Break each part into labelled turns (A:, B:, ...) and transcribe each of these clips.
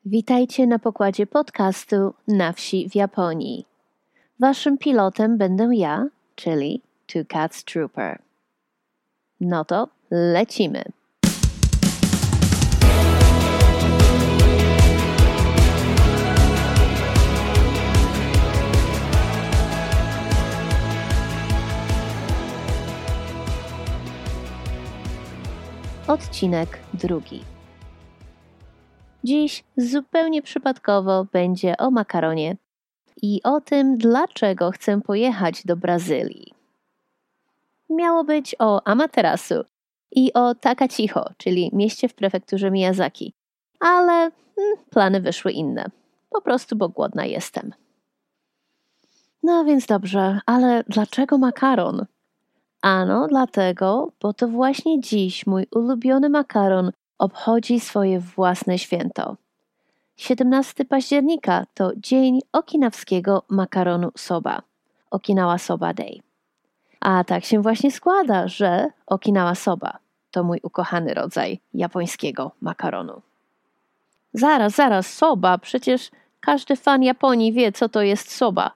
A: Witajcie na pokładzie podcastu Na wsi w Japonii. Waszym pilotem będę ja, czyli Two Cats Trooper. No to lecimy. Odcinek 2. Dziś zupełnie przypadkowo będzie o makaronie i o tym, dlaczego chcę pojechać do Brazylii. Miało być o Amaterasu i o Takatiho, czyli mieście w prefekturze Miyazaki, ale plany wyszły inne. Po prostu, bo głodna jestem. No więc dobrze, ale dlaczego makaron? Ano dlatego, bo to właśnie dziś mój ulubiony makaron obchodzi swoje własne święto. 17 października to dzień okinawskiego makaronu soba. Okinawa Soba Day. A tak się właśnie składa, że Okinawa Soba to mój ukochany rodzaj japońskiego makaronu. Zaraz, soba, przecież każdy fan Japonii wie, co to jest soba.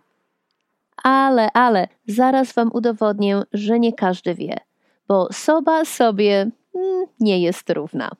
A: Ale, zaraz wam udowodnię, że nie każdy wie, bo soba sobie nie jest równa.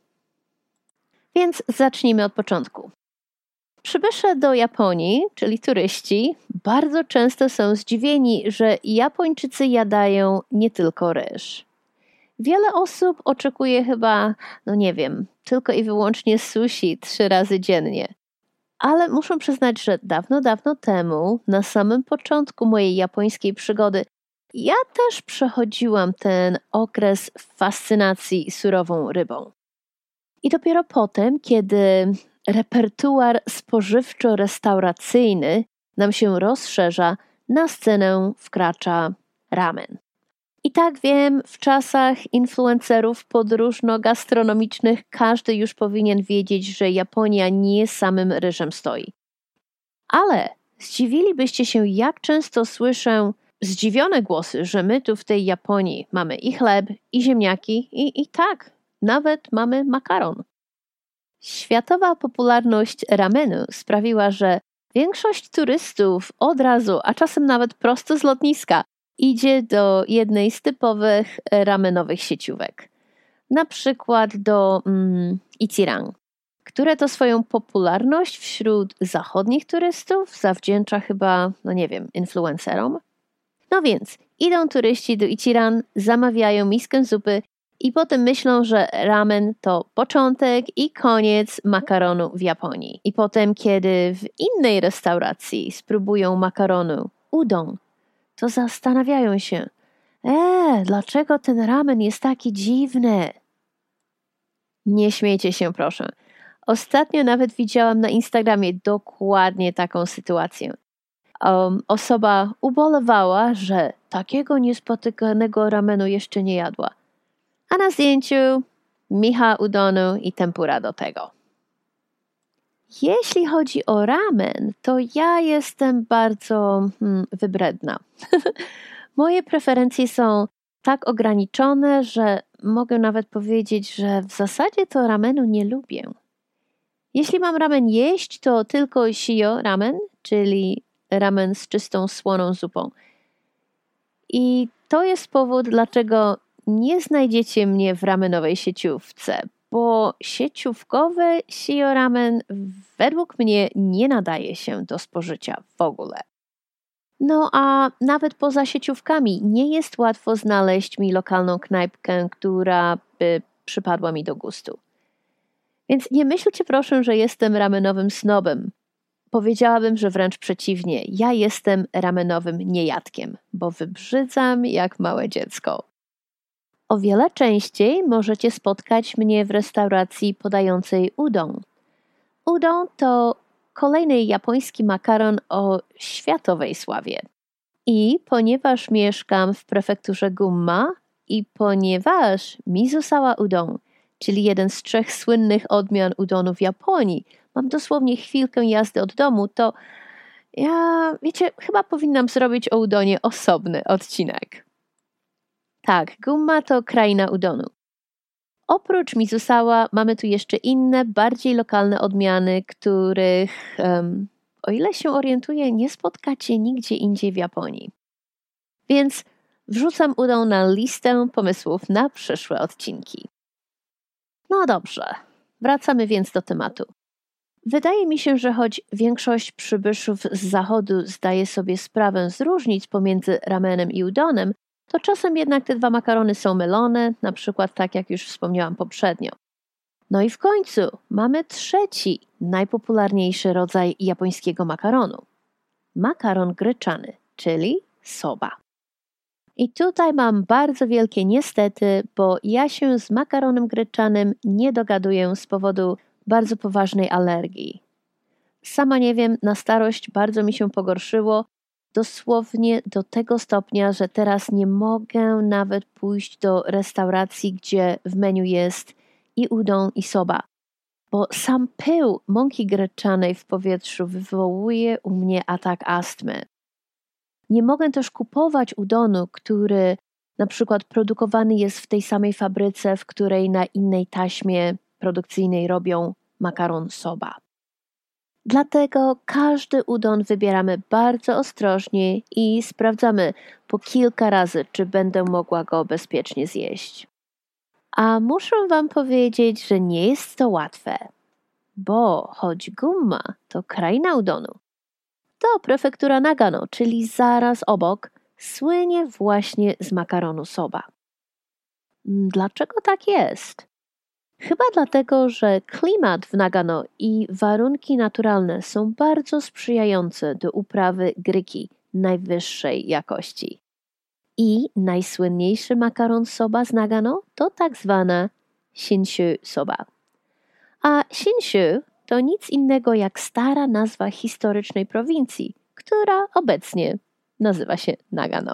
A: Więc zacznijmy od początku. Przybysze do Japonii, czyli turyści, bardzo często są zdziwieni, że Japończycy jadają nie tylko ryż. Wiele osób oczekuje chyba, tylko i wyłącznie sushi 3 razy dziennie. Ale muszę przyznać, że dawno temu, na samym początku mojej japońskiej przygody, ja też przechodziłam ten okres fascynacji surową rybą. I dopiero potem, kiedy repertuar spożywczo-restauracyjny nam się rozszerza, na scenę wkracza ramen. I tak wiem, w czasach influencerów podróżno-gastronomicznych każdy już powinien wiedzieć, że Japonia nie samym ryżem stoi. Ale zdziwilibyście się, jak często słyszę zdziwione głosy, że my tu w tej Japonii mamy i chleb, i ziemniaki, i tak, nawet mamy makaron. Światowa popularność ramenu sprawiła, że większość turystów od razu, a czasem nawet prosto z lotniska, idzie do jednej z typowych ramenowych sieciówek. Na przykład do Ichiran, które to swoją popularność wśród zachodnich turystów zawdzięcza chyba, influencerom. No więc idą turyści do Ichiran, zamawiają miskę zupy i potem myślą, że ramen to początek i koniec makaronu w Japonii. I potem, kiedy w innej restauracji spróbują makaronu udon, to zastanawiają się, dlaczego ten ramen jest taki dziwny? Nie śmiejcie się, proszę. Ostatnio nawet widziałam na Instagramie dokładnie taką sytuację. Osoba ubolewała, że takiego niespotykanego ramenu jeszcze nie jadła. A na zdjęciu micha udonu i tempura do tego. Jeśli chodzi o ramen, to ja jestem bardzo wybredna. Moje preferencje są tak ograniczone, że mogę nawet powiedzieć, że w zasadzie to ramenu nie lubię. Jeśli mam ramen jeść, to tylko shio ramen, czyli ramen z czystą słoną zupą. I to jest powód, dlaczego nie znajdziecie mnie w ramenowej sieciówce, bo sieciówkowy shio ramen według mnie nie nadaje się do spożycia w ogóle. No a nawet poza sieciówkami nie jest łatwo znaleźć mi lokalną knajpkę, która by przypadła mi do gustu. Więc nie myślcie proszę, że jestem ramenowym snobem. Powiedziałabym, że wręcz przeciwnie, ja jestem ramenowym niejadkiem, bo wybrzydzam jak małe dziecko. O wiele częściej możecie spotkać mnie w restauracji podającej udon. Udon to kolejny japoński makaron o światowej sławie. I ponieważ mieszkam w prefekturze Gunma i ponieważ Mizusawa udon, czyli jeden z 3 słynnych odmian udonu w Japonii, mam dosłownie chwilkę jazdy od domu, to chyba powinnam zrobić o udonie osobny odcinek. Tak, Gunma to kraina udonu. Oprócz miso-soba mamy tu jeszcze inne, bardziej lokalne odmiany, których, o ile się orientuję, nie spotkacie nigdzie indziej w Japonii. Więc wrzucam udon na listę pomysłów na przyszłe odcinki. No dobrze, wracamy więc do tematu. Wydaje mi się, że choć większość przybyszów z zachodu zdaje sobie sprawę z różnic pomiędzy ramenem i udonem, to czasem jednak te dwa makarony są mylone, na przykład tak jak już wspomniałam poprzednio. No i w końcu mamy trzeci, najpopularniejszy rodzaj japońskiego makaronu. Makaron gryczany, czyli soba. I tutaj mam bardzo wielkie niestety, bo ja się z makaronem gryczanym nie dogaduję z powodu bardzo poważnej alergii. Sama nie wiem, na starość bardzo mi się pogorszyło, dosłownie do tego stopnia, że teraz nie mogę nawet pójść do restauracji, gdzie w menu jest i udon, i soba, bo sam pył mąki gryczanej w powietrzu wywołuje u mnie atak astmy. Nie mogę też kupować udonu, który na przykład produkowany jest w tej samej fabryce, w której na innej taśmie produkcyjnej robią makaron soba. Dlatego każdy udon wybieramy bardzo ostrożnie i sprawdzamy po kilka razy, czy będę mogła go bezpiecznie zjeść. A muszę Wam powiedzieć, że nie jest to łatwe, bo choć Gunma to kraina udonu, to prefektura Nagano, czyli zaraz obok, słynie właśnie z makaronu soba. Dlaczego tak jest? Chyba dlatego, że klimat w Nagano i warunki naturalne są bardzo sprzyjające do uprawy gryki najwyższej jakości. I najsłynniejszy makaron soba z Nagano to tak zwana Shinshu soba. A Shinshu to nic innego jak stara nazwa historycznej prowincji, która obecnie nazywa się Nagano.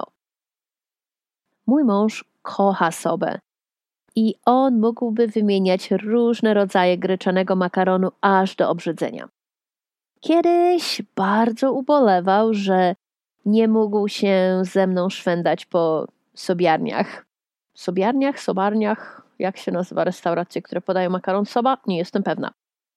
A: Mój mąż kocha sobę i on mógłby wymieniać różne rodzaje gryczanego makaronu aż do obrzydzenia. Kiedyś bardzo ubolewał, że nie mógł się ze mną szwendać po sobiarniach. Sobarniach? Jak się nazywa restauracje, które podają makaron soba? Nie jestem pewna.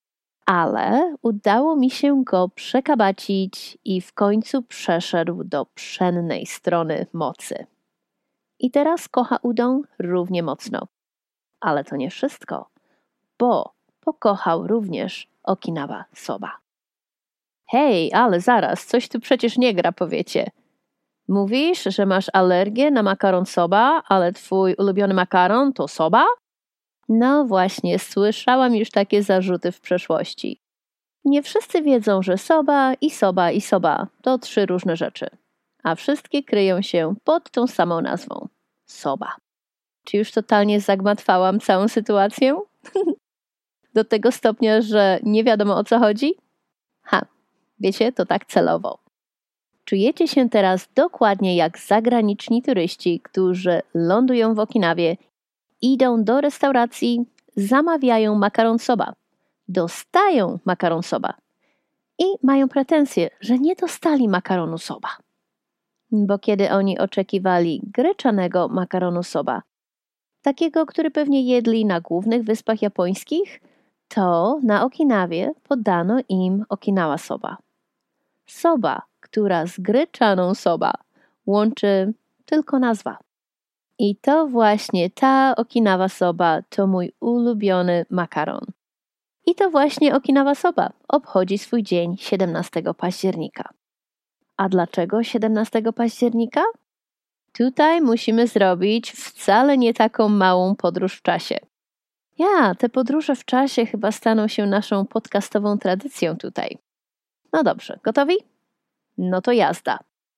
A: Ale udało mi się go przekabacić i w końcu przeszedł do pszennej strony mocy. I teraz kocha udon równie mocno. Ale to nie wszystko, bo pokochał również Okinawa soba. Hej, ale zaraz, coś tu przecież nie gra, powiecie. Mówisz, że masz alergię na makaron soba, ale twój ulubiony makaron to soba? No właśnie, słyszałam już takie zarzuty w przeszłości. Nie wszyscy wiedzą, że soba i soba to 3 różne rzeczy, a wszystkie kryją się pod tą samą nazwą – soba. Czy już totalnie zagmatwałam całą sytuację? Do tego stopnia, że nie wiadomo o co chodzi? Wiecie, to tak celowo. Czujecie się teraz dokładnie jak zagraniczni turyści, którzy lądują w Okinawie, idą do restauracji, zamawiają makaron soba, dostają makaron soba i mają pretensje, że nie dostali makaronu soba. Bo kiedy oni oczekiwali gryczanego makaronu soba, takiego, który pewnie jedli na głównych wyspach japońskich, to na Okinawie podano im Okinawa soba. Soba, która z gryczaną soba łączy tylko nazwa. I to właśnie ta Okinawa soba to mój ulubiony makaron. I to właśnie Okinawa soba obchodzi swój dzień 17 października. A dlaczego 17 października? Tutaj musimy zrobić wcale nie taką małą podróż w czasie. Te podróże w czasie chyba staną się naszą podcastową tradycją tutaj. No dobrze, gotowi? No to jazda.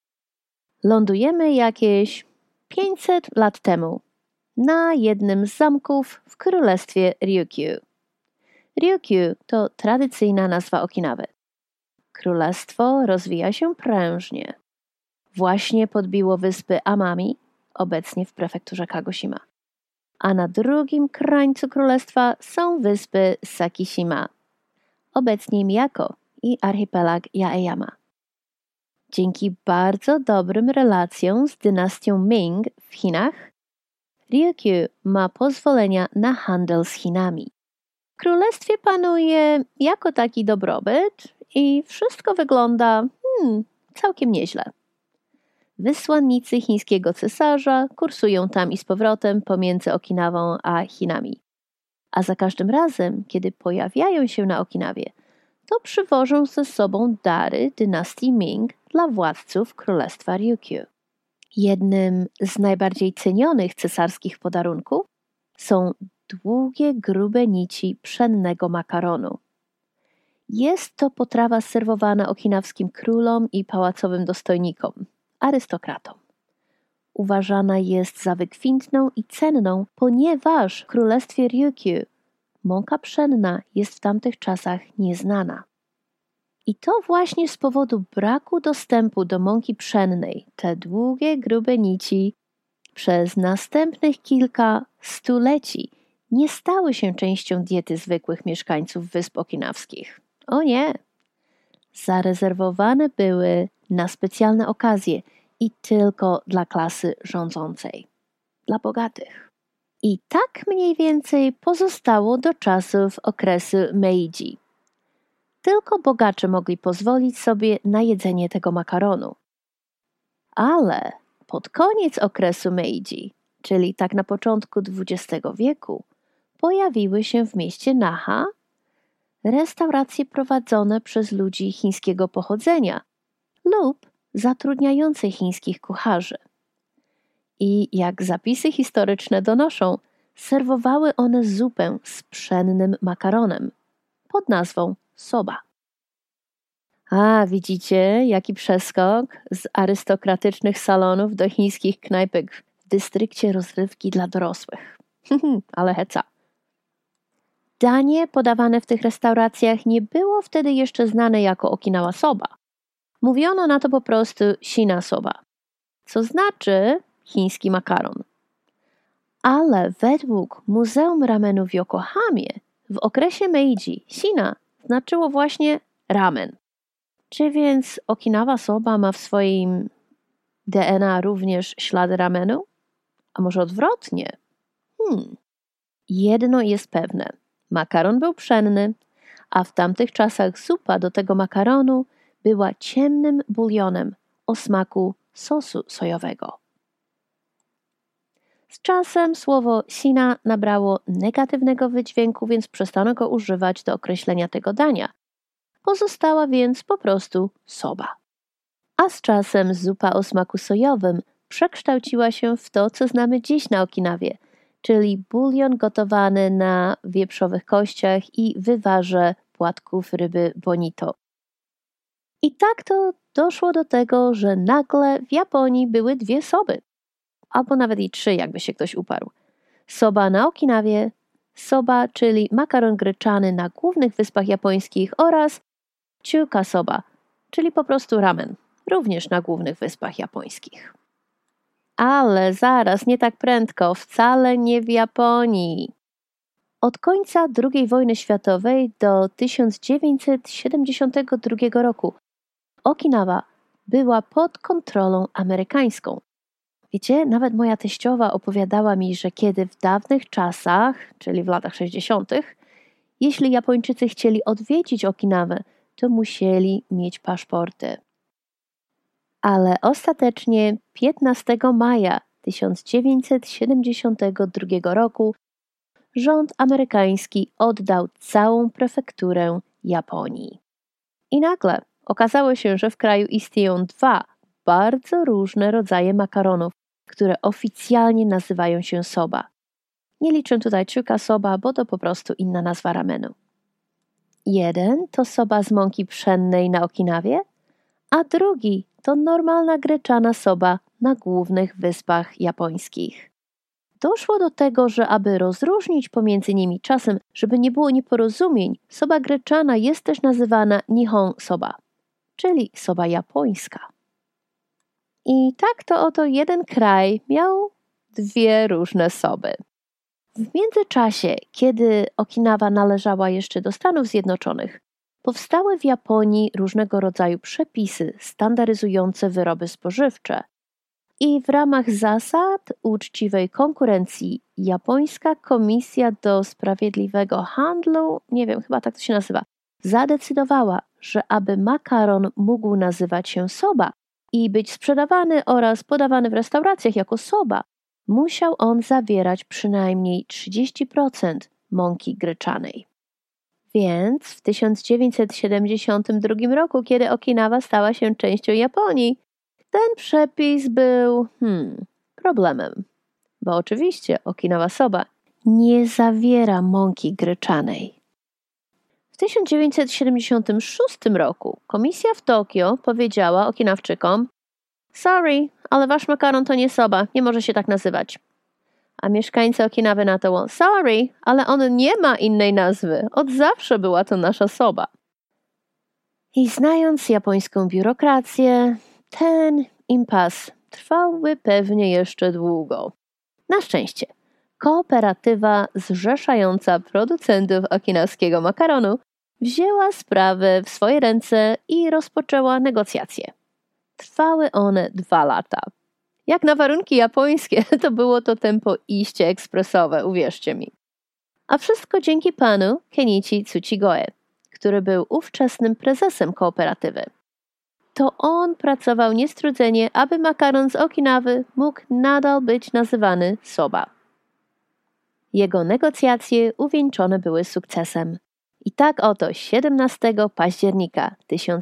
A: Lądujemy jakieś 500 lat temu na jednym z zamków w królestwie Ryukyu. Ryukyu to tradycyjna nazwa Okinawy. Królestwo rozwija się prężnie. Właśnie podbiło wyspy Amami, obecnie w prefekturze Kagoshima. A na drugim krańcu królestwa są wyspy Sakishima, obecnie Miyako i archipelag Yaeyama. Dzięki bardzo dobrym relacjom z dynastią Ming w Chinach, Ryukyu ma pozwolenia na handel z Chinami. W królestwie panuje jako taki dobrobyt i wszystko wygląda całkiem nieźle. Wysłannicy chińskiego cesarza kursują tam i z powrotem pomiędzy Okinawą a Chinami. A za każdym razem, kiedy pojawiają się na Okinawie, to przywożą ze sobą dary dynastii Ming dla władców królestwa Ryukyu. Jednym z najbardziej cenionych cesarskich podarunków są długie, grube nici pszennego makaronu. Jest to potrawa serwowana okinawskim królom i pałacowym dostojnikom, arystokratom. Uważana jest za wykwintną i cenną, ponieważ w królestwie Ryukyu mąka pszenna jest w tamtych czasach nieznana. I to właśnie z powodu braku dostępu do mąki pszennej te długie, grube nici przez następnych kilka stuleci nie stały się częścią diety zwykłych mieszkańców Wysp Okinawskich. O nie! Zarezerwowane były na specjalne okazje i tylko dla klasy rządzącej, dla bogatych. I tak mniej więcej pozostało do czasów okresu Meiji. Tylko bogacze mogli pozwolić sobie na jedzenie tego makaronu. Ale pod koniec okresu Meiji, czyli tak na początku XX wieku, pojawiły się w mieście Naha restauracje prowadzone przez ludzi chińskiego pochodzenia lub zatrudniające chińskich kucharzy. I jak zapisy historyczne donoszą, serwowały one zupę z pszennym makaronem pod nazwą soba. A widzicie, jaki przeskok z arystokratycznych salonów do chińskich knajpek w dystrykcie rozrywki dla dorosłych. Ale heca. Danie podawane w tych restauracjach nie było wtedy jeszcze znane jako Okinawa soba. Mówiono na to po prostu Shina soba, co znaczy chiński makaron. Ale według Muzeum Ramenu w Yokohamie w okresie Meiji Shina znaczyło właśnie ramen. Czy więc Okinawa soba ma w swoim DNA również ślady ramenu? A może odwrotnie? Jedno jest pewne. Makaron był pszenny, a w tamtych czasach zupa do tego makaronu była ciemnym bulionem o smaku sosu sojowego. Z czasem słowo Shina nabrało negatywnego wydźwięku, więc przestano go używać do określenia tego dania. Pozostała więc po prostu soba. A z czasem zupa o smaku sojowym przekształciła się w to, co znamy dziś na Okinawie, czyli bulion gotowany na wieprzowych kościach i wywarze płatków ryby bonito. I tak to doszło do tego, że nagle w Japonii były dwie soby. Albo nawet i trzy, jakby się ktoś uparł. Soba na Okinawie, soba, czyli makaron gryczany na głównych wyspach japońskich oraz chuka soba, czyli po prostu ramen, również na głównych wyspach japońskich. Ale zaraz, nie tak prędko, wcale nie w Japonii. Od końca II wojny światowej do 1972 roku Okinawa była pod kontrolą amerykańską. Wiecie, nawet moja teściowa opowiadała mi, że kiedy w dawnych czasach, czyli w latach 60., jeśli Japończycy chcieli odwiedzić Okinawę, to musieli mieć paszporty. Ale ostatecznie 15 maja 1972 roku rząd amerykański oddał całą prefekturę Japonii. I nagle okazało się, że w kraju istnieją dwa bardzo różne rodzaje makaronów, które oficjalnie nazywają się soba. Nie liczę tutaj chuka soba, bo to po prostu inna nazwa ramenu. Jeden to soba z mąki pszennej na Okinawie, a drugi to normalna gryczana soba na głównych wyspach japońskich. Doszło do tego, że aby rozróżnić pomiędzy nimi czasem, żeby nie było nieporozumień, soba gryczana jest też nazywana Nihon soba, czyli soba japońska. I tak to oto jeden kraj miał dwie różne soby. W międzyczasie, kiedy Okinawa należała jeszcze do Stanów Zjednoczonych, powstały w Japonii różnego rodzaju przepisy standaryzujące wyroby spożywcze. I w ramach zasad uczciwej konkurencji Japońska Komisja do Sprawiedliwego Handlu, nie wiem, chyba tak to się nazywa, zadecydowała, że aby makaron mógł nazywać się soba i być sprzedawany oraz podawany w restauracjach jako soba, musiał on zawierać przynajmniej 30% mąki gryczanej. Więc w 1972 roku, kiedy Okinawa stała się częścią Japonii, ten przepis był problemem, bo oczywiście Okinawa soba nie zawiera mąki gryczanej. W 1976 roku komisja w Tokio powiedziała Okinawczykom: sorry, ale wasz makaron to nie soba, nie może się tak nazywać. A mieszkańcy Okinawy na to: sorry, ale on nie ma innej nazwy, od zawsze była to nasza soba. I znając japońską biurokrację, ten impas trwałby pewnie jeszcze długo. Na szczęście, kooperatywa zrzeszająca producentów okinawskiego makaronu wzięła sprawę w swoje ręce i rozpoczęła negocjacje. Trwały one 2 lata. Jak na warunki japońskie, to było to tempo iście ekspresowe, uwierzcie mi. A wszystko dzięki panu Kenichi Tsuchigoe, który był ówczesnym prezesem kooperatywy. To on pracował niestrudzenie, aby makaron z Okinawy mógł nadal być nazywany soba. Jego negocjacje uwieńczone były sukcesem. I tak oto 17 października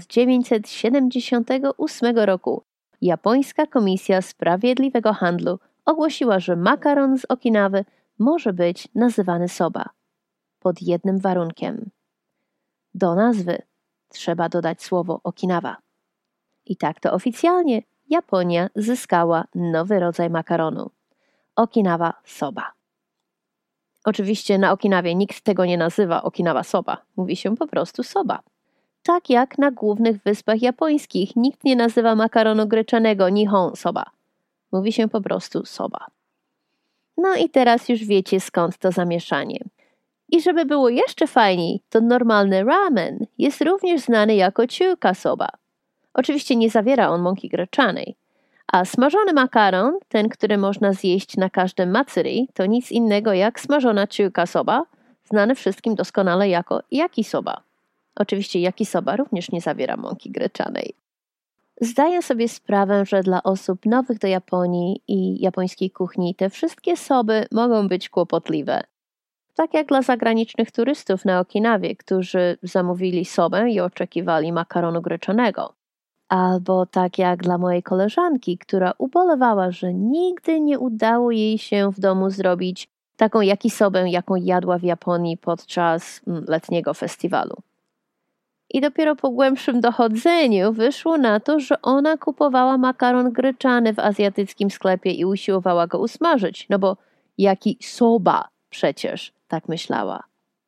A: 1978 roku Japońska Komisja Sprawiedliwego Handlu ogłosiła, że makaron z Okinawy może być nazywany soba. Pod jednym warunkiem. Do nazwy trzeba dodać słowo Okinawa. I tak to oficjalnie Japonia zyskała nowy rodzaj makaronu. Okinawa soba. Oczywiście na Okinawie nikt tego nie nazywa Okinawa soba. Mówi się po prostu soba. Tak jak na głównych wyspach japońskich nikt nie nazywa makaronu gryczanego Nihon soba. Mówi się po prostu soba. No i teraz już wiecie, skąd to zamieszanie. I żeby było jeszcze fajniej, to normalny ramen jest również znany jako chuka soba. Oczywiście nie zawiera on mąki gryczanej. A smażony makaron, ten, który można zjeść na każdym matsuri, to nic innego jak smażona chuka soba, znany wszystkim doskonale jako yakisoba. Oczywiście yakisoba również nie zawiera mąki gryczanej. Zdaję sobie sprawę, że dla osób nowych do Japonii i japońskiej kuchni te wszystkie soby mogą być kłopotliwe. Tak jak dla zagranicznych turystów na Okinawie, którzy zamówili sobę i oczekiwali makaronu gryczanego. Albo tak jak dla mojej koleżanki, która ubolewała, że nigdy nie udało jej się w domu zrobić taką yakisobę, jaką jadła w Japonii podczas letniego festiwalu. I dopiero po głębszym dochodzeniu wyszło na to, że ona kupowała makaron gryczany w azjatyckim sklepie i usiłowała go usmażyć, no bo jaki soba przecież, tak myślała.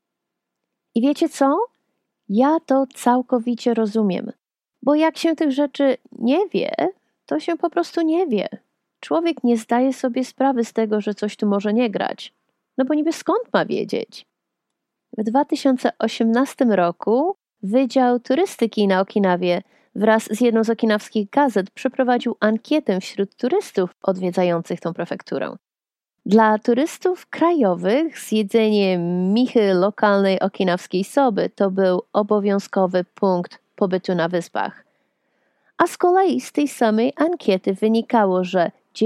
A: I wiecie co? Ja to całkowicie rozumiem. Bo jak się tych rzeczy nie wie, to się po prostu nie wie. Człowiek nie zdaje sobie sprawy z tego, że coś tu może nie grać. No bo niby skąd ma wiedzieć? W 2018 roku Wydział Turystyki na Okinawie wraz z jedną z okinawskich gazet przeprowadził ankietę wśród turystów odwiedzających tą prefekturę. Dla turystów krajowych zjedzenie michy lokalnej okinawskiej soby to był obowiązkowy punkt pobytu na wyspach. A z kolei z tej samej ankiety wynikało, że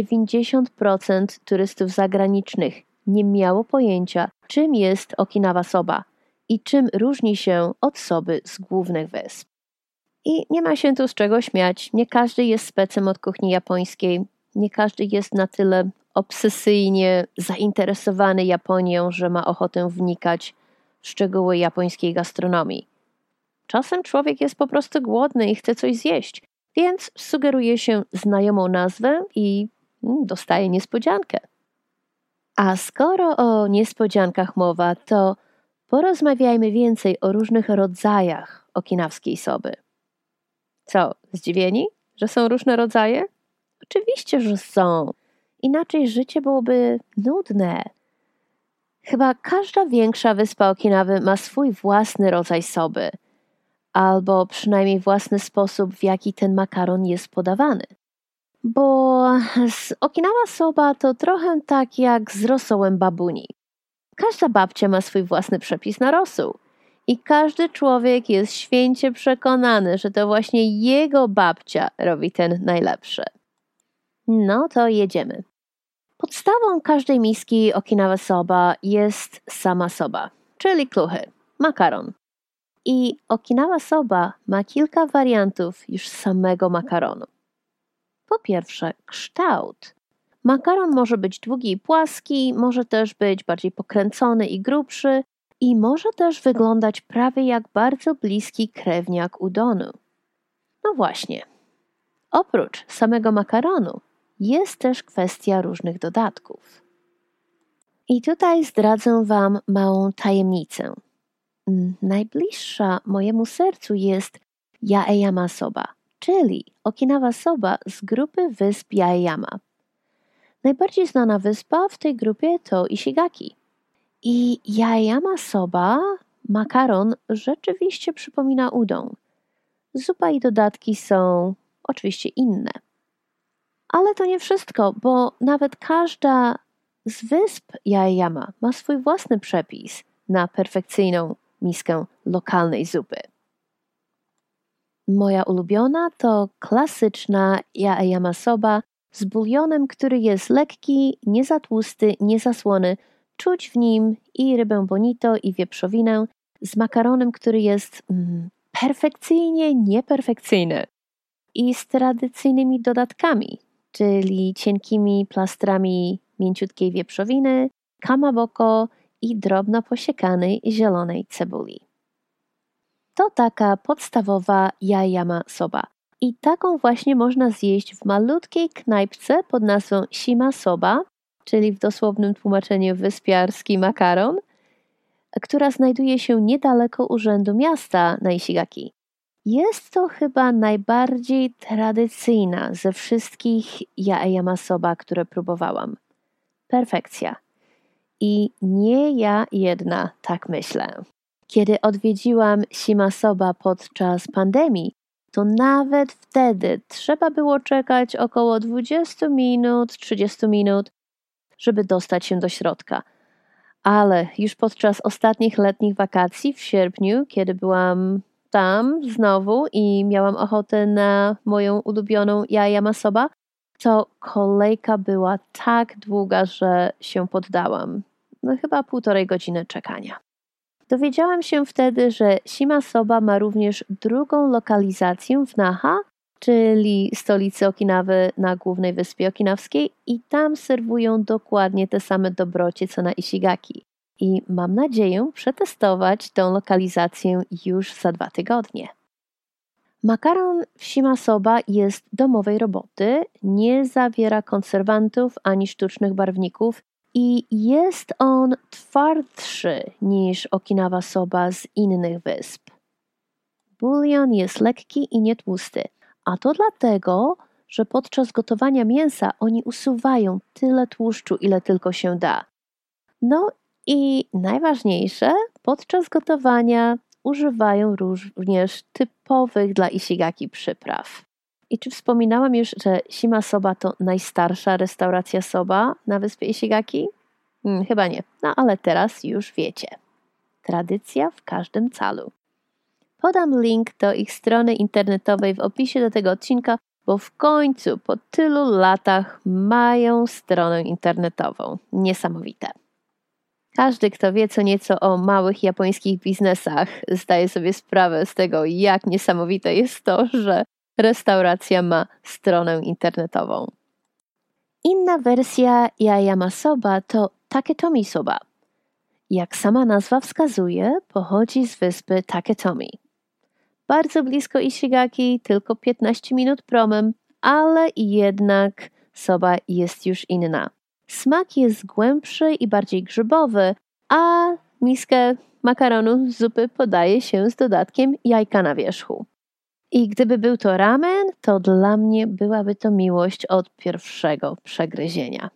A: 90% turystów zagranicznych nie miało pojęcia, czym jest Okinawa soba i czym różni się od soby z głównych wysp. I nie ma się tu z czego śmiać. Nie każdy jest specem od kuchni japońskiej. Nie każdy jest na tyle obsesyjnie zainteresowany Japonią, że ma ochotę wnikać w szczegóły japońskiej gastronomii. Czasem człowiek jest po prostu głodny i chce coś zjeść, więc sugeruje się znajomą nazwę i dostaje niespodziankę. A skoro o niespodziankach mowa, to porozmawiajmy więcej o różnych rodzajach okinawskiej soby. Co, zdziwieni, że są różne rodzaje? Oczywiście, że są. Inaczej życie byłoby nudne. Chyba każda większa wyspa Okinawy ma swój własny rodzaj soby, albo przynajmniej własny sposób, w jaki ten makaron jest podawany. Bo z Okinawa soba to trochę tak jak z rosołem babuni. Każda babcia ma swój własny przepis na rosół. I każdy człowiek jest święcie przekonany, że to właśnie jego babcia robi ten najlepszy. No to jedziemy. Podstawą każdej miski Okinawa soba jest sama soba, czyli kluchy, makaron. I Okinawa soba ma kilka wariantów już samego makaronu. Po pierwsze, kształt. Makaron może być długi i płaski, może też być bardziej pokręcony i grubszy i może też wyglądać prawie jak bardzo bliski krewniak udonu. No właśnie. Oprócz samego makaronu jest też kwestia różnych dodatków. I tutaj zdradzę Wam małą tajemnicę. Najbliższa mojemu sercu jest Yaeyama soba, czyli Okinawa soba z grupy wysp Yaeyama. Najbardziej znana wyspa w tej grupie to Ishigaki. I Yaeyama soba, makaron, rzeczywiście przypomina udon. Zupa i dodatki są oczywiście inne. Ale to nie wszystko, bo nawet każda z wysp Yaeyama ma swój własny przepis na perfekcyjną miskę lokalnej zupy. Moja ulubiona to klasyczna Yaeyama soba z bulionem, który jest lekki, nie za tłusty, nie za słony. Czuć w nim i rybę bonito, i wieprzowinę, z makaronem, który jest perfekcyjnie nieperfekcyjny. I z tradycyjnymi dodatkami, czyli cienkimi plastrami mięciutkiej wieprzowiny, kamaboko i drobno posiekanej zielonej cebuli. To taka podstawowa Yaeyama soba. I taką właśnie można zjeść w malutkiej knajpce pod nazwą Shima soba, czyli w dosłownym tłumaczeniu wyspiarski makaron, która znajduje się niedaleko urzędu miasta na Ishigaki. Jest to chyba najbardziej tradycyjna ze wszystkich Yaeyama soba, które próbowałam. Perfekcja. I nie ja jedna tak myślę. Kiedy odwiedziłam Shima soba podczas pandemii, to nawet wtedy trzeba było czekać około 20 minut, 30 minut, żeby dostać się do środka. Ale już podczas ostatnich letnich wakacji w sierpniu, kiedy byłam tam znowu i miałam ochotę na moją ulubioną Yaeyama soba, to kolejka była tak długa, że się poddałam. Chyba 1,5 godziny czekania. Dowiedziałam się wtedy, że Shima soba ma również drugą lokalizację w Naha, czyli stolicy Okinawy na głównej wyspie okinawskiej, i tam serwują dokładnie te same dobrocie co na Ishigaki. I mam nadzieję przetestować tę lokalizację już za 2 tygodnie. Makaron w Shima soba jest domowej roboty, nie zawiera konserwantów ani sztucznych barwników i jest on twardszy niż Okinawa soba z innych wysp. Bulion jest lekki i nietłusty, a to dlatego, że podczas gotowania mięsa oni usuwają tyle tłuszczu, ile tylko się da. No i najważniejsze, podczas gotowania używają również typowych dla Ishigaki przypraw. I czy wspominałam już, że Shima soba to najstarsza restauracja soba na wyspie Ishigaki? Chyba nie, no ale teraz już wiecie. Tradycja w każdym calu. Podam link do ich strony internetowej w opisie do tego odcinka, bo w końcu po tylu latach mają stronę internetową. Niesamowite. Każdy, kto wie co nieco o małych japońskich biznesach, zdaje sobie sprawę z tego, jak niesamowite jest to, że restauracja ma stronę internetową. Inna wersja Yaeyama soba to Taketomi soba. Jak sama nazwa wskazuje, pochodzi z wyspy Taketomi. Bardzo blisko Ishigaki, tylko 15 minut promem, ale jednak soba jest już inna. Smak jest głębszy i bardziej grzybowy, a miskę makaronu z zupy podaje się z dodatkiem jajka na wierzchu. I gdyby był to ramen, to dla mnie byłaby to miłość od pierwszego przegryzienia.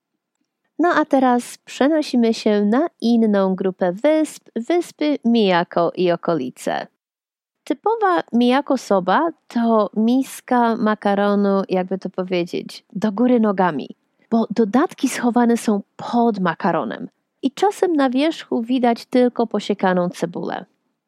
A: No a teraz przenosimy się na inną grupę wysp, wyspy Miyako i okolice. Typowa miyako soba to miska makaronu, jakby to powiedzieć, do góry nogami, bo dodatki schowane są pod makaronem i czasem na wierzchu widać tylko posiekaną cebulę.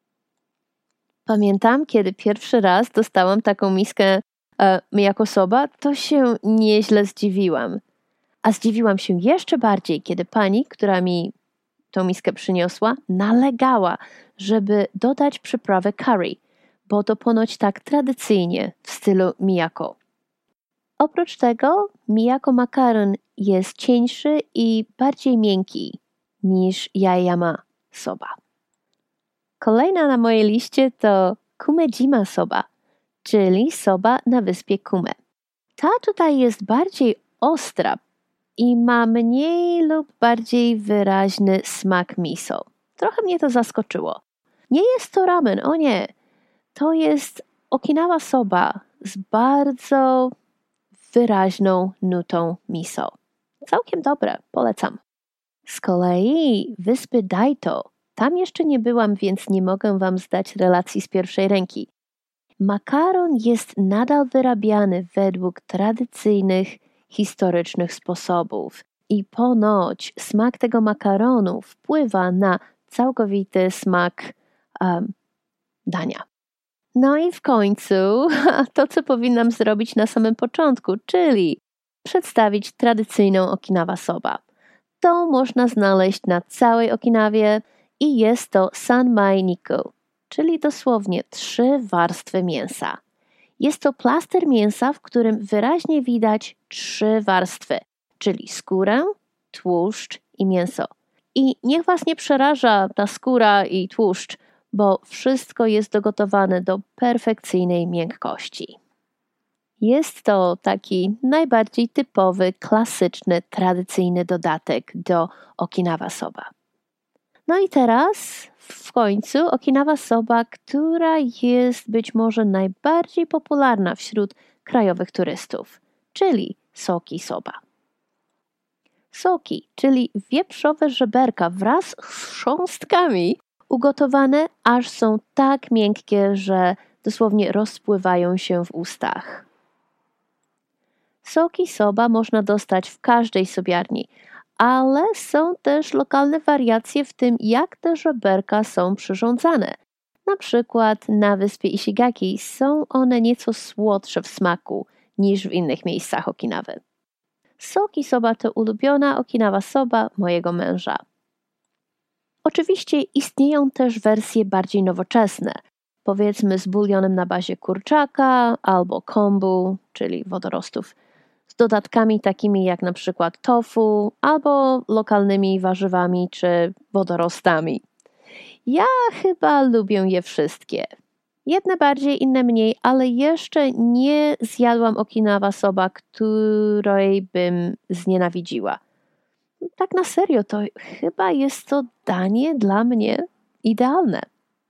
A: Pamiętam, kiedy pierwszy raz dostałam taką miskę miyako soba, to się nieźle zdziwiłam. A zdziwiłam się jeszcze bardziej, kiedy pani, która mi tą miskę przyniosła, nalegała, żeby dodać przyprawę curry, bo to ponoć tak tradycyjnie w stylu miyako. Oprócz tego miyako makaron jest cieńszy i bardziej miękki niż yaeyama soba. Kolejna na mojej liście to kumejima soba, czyli soba na wyspie Kume. Ta tutaj jest bardziej ostra i ma mniej lub bardziej wyraźny smak miso. Trochę mnie to zaskoczyło. Nie jest to ramen, o nie. To jest Okinawa soba z bardzo wyraźną nutą miso. Całkiem dobre, polecam. Z kolei wyspy Daito, tam jeszcze nie byłam, więc nie mogę wam zdać relacji z pierwszej ręki. Makaron jest nadal wyrabiany według tradycyjnych, historycznych sposobów i ponoć smak tego makaronu wpływa na całkowity smak dania. No i w końcu to, co powinnam zrobić na samym początku, czyli przedstawić tradycyjną Okinawa soba. To można znaleźć na całej Okinawie i jest to sanmai niku, czyli dosłownie 3 warstwy mięsa. Jest to plaster mięsa, w którym wyraźnie widać 3 warstwy, czyli skórę, tłuszcz i mięso. I niech was nie przeraża ta skóra i tłuszcz, bo wszystko jest dogotowane do perfekcyjnej miękkości. Jest to taki najbardziej typowy, klasyczny, tradycyjny dodatek do Okinawa soba. No i teraz w końcu Okinawa soba, która jest być może najbardziej popularna wśród krajowych turystów, czyli soki soba. Soki, czyli wieprzowe żeberka wraz z chrząstkami, ugotowane aż są tak miękkie, że dosłownie rozpływają się w ustach. Soki soba można dostać w każdej sobiarni, ale są też lokalne wariacje w tym, jak te żeberka są przyrządzane. Na przykład na wyspie Ishigaki są one nieco słodsze w smaku niż w innych miejscach Okinawy. Soki soba to ulubiona Okinawa soba mojego męża. Oczywiście istnieją też wersje bardziej nowoczesne, powiedzmy z bulionem na bazie kurczaka albo kombu, czyli wodorostów, z dodatkami takimi jak na przykład tofu albo lokalnymi warzywami czy wodorostami. Ja chyba lubię je wszystkie. Jedne bardziej, inne mniej, ale jeszcze nie zjadłam Okinawa soba, której bym znienawidziła. Tak na serio, to chyba jest to danie dla mnie idealne.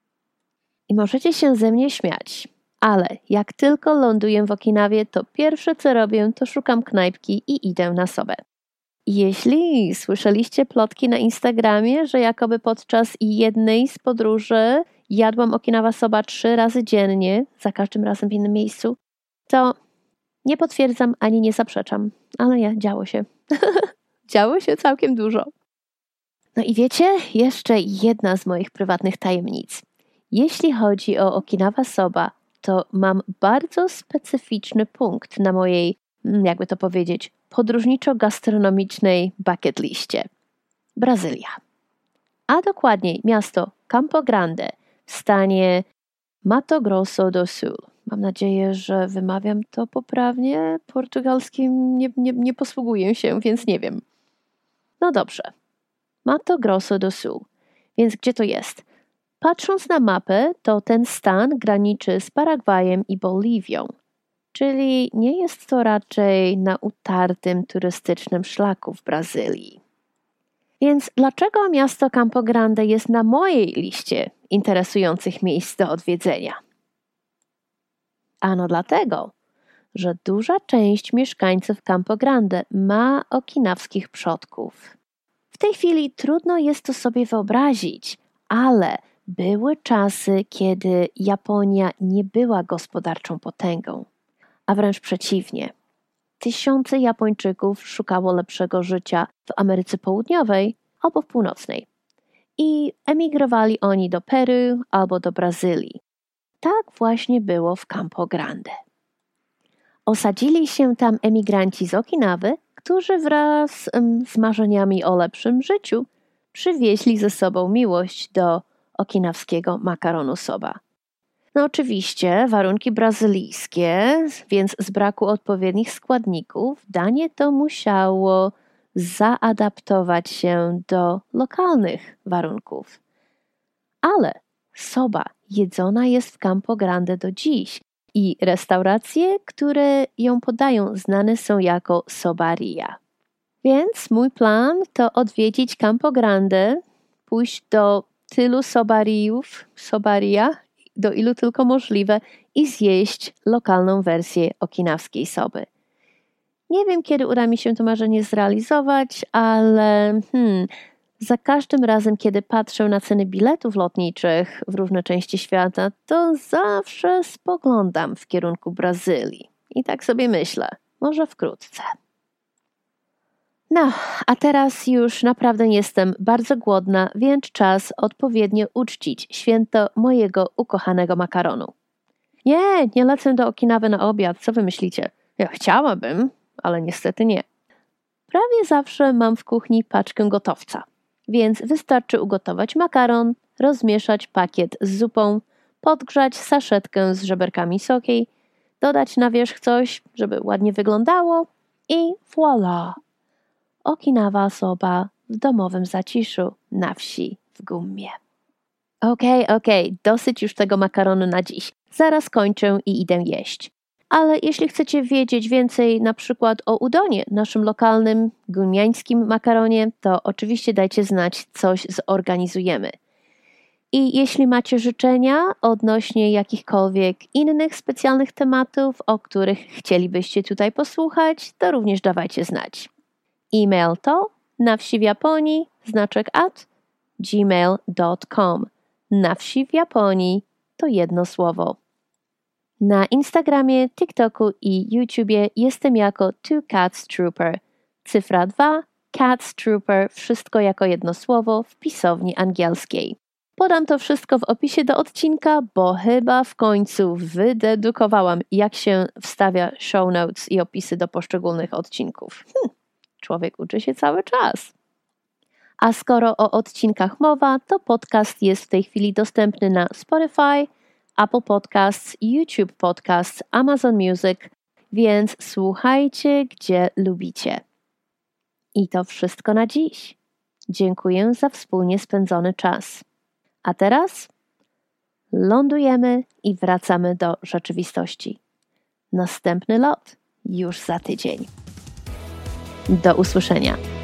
A: I możecie się ze mnie śmiać, ale jak tylko ląduję w Okinawie, to pierwsze co robię, to szukam knajpki i idę na sobę. Jeśli słyszeliście plotki na Instagramie, że jakoby podczas jednej z podróży jadłam Okinawa soba 3 razy dziennie, za każdym razem w innym miejscu, to nie potwierdzam ani nie zaprzeczam, ale działo się. Działo się całkiem dużo. No i wiecie, jeszcze jedna z moich prywatnych tajemnic. Jeśli chodzi o Okinawa soba, to mam bardzo specyficzny punkt na mojej, jakby to powiedzieć, podróżniczo-gastronomicznej bucket liście. Brazylia. A dokładniej miasto Campo Grande w stanie Mato Grosso do Sul. Mam nadzieję, że wymawiam to poprawnie. Portugalskim nie posługuję się, więc nie wiem. No dobrze. Mato Grosso do Sul. Więc gdzie to jest? Patrząc na mapę, to ten stan graniczy z Paragwajem i Boliwią. Czyli nie jest to raczej na utartym turystycznym szlaku w Brazylii. Więc dlaczego miasto Campo Grande jest na mojej liście interesujących miejsc do odwiedzenia? Ano dlatego, że duża część mieszkańców Campo Grande ma okinawskich przodków. W tej chwili trudno jest to sobie wyobrazić, ale Były czasy, kiedy Japonia nie była gospodarczą potęgą, a wręcz przeciwnie. Tysiące Japończyków szukało lepszego życia w Ameryce Południowej albo w Północnej i emigrowali oni do Peru albo do Brazylii. Tak właśnie było w Campo Grande. Osadzili się tam emigranci z Okinawy, którzy wraz z marzeniami o lepszym życiu przywieźli ze sobą miłość do okinawskiego makaronu soba. No oczywiście warunki brazylijskie, więc z braku odpowiednich składników danie to musiało zaadaptować się do lokalnych warunków. Ale soba jedzona jest w Campo Grande do dziś i restauracje, które ją podają, znane są jako sobaria. Więc mój plan to odwiedzić Campo Grande, pójść do tylu sobaria, do ilu tylko możliwe i zjeść lokalną wersję okinawskiej soby. Nie wiem, kiedy uda mi się to marzenie zrealizować, ale za każdym razem, kiedy patrzę na ceny biletów lotniczych w różne części świata, to zawsze spoglądam w kierunku Brazylii. I tak sobie myślę, może wkrótce. No, a teraz już naprawdę jestem bardzo głodna, więc czas odpowiednio uczcić święto mojego ukochanego makaronu. Nie lecę do Okinawy na obiad, co wy myślicie? Ja chciałabym, ale niestety nie. Prawie zawsze mam w kuchni paczkę gotowca, więc wystarczy ugotować makaron, rozmieszać pakiet z zupą, podgrzać saszetkę z żeberkami soki, dodać na wierzch coś, żeby ładnie wyglądało i voilà! Okinawa soba w domowym zaciszu na wsi w Gummie. Okej, dosyć już tego makaronu na dziś. Zaraz kończę i idę jeść. Ale jeśli chcecie wiedzieć więcej na przykład o udonie, naszym lokalnym gummiańskim makaronie, to oczywiście dajcie znać, coś zorganizujemy. I jeśli macie życzenia odnośnie jakichkolwiek innych specjalnych tematów, o których chcielibyście tutaj posłuchać, to również dawajcie znać. E-mail to nawsiwjaponii @gmail.com. Na wsi w Japonii to jedno słowo. Na Instagramie, TikToku i YouTubie jestem jako 2CatsTrooper. Cyfra 2, Cats Trooper, wszystko jako jedno słowo w pisowni angielskiej. Podam to wszystko w opisie do odcinka, bo chyba w końcu wydedukowałam, jak się wstawia show notes i opisy do poszczególnych odcinków. Człowiek uczy się cały czas. A skoro o odcinkach mowa, to podcast jest w tej chwili dostępny na Spotify, Apple Podcasts, YouTube Podcasts, Amazon Music, więc słuchajcie, gdzie lubicie. I to wszystko na dziś. Dziękuję za wspólnie spędzony czas. A teraz lądujemy i wracamy do rzeczywistości. Następny lot już za tydzień. Do usłyszenia.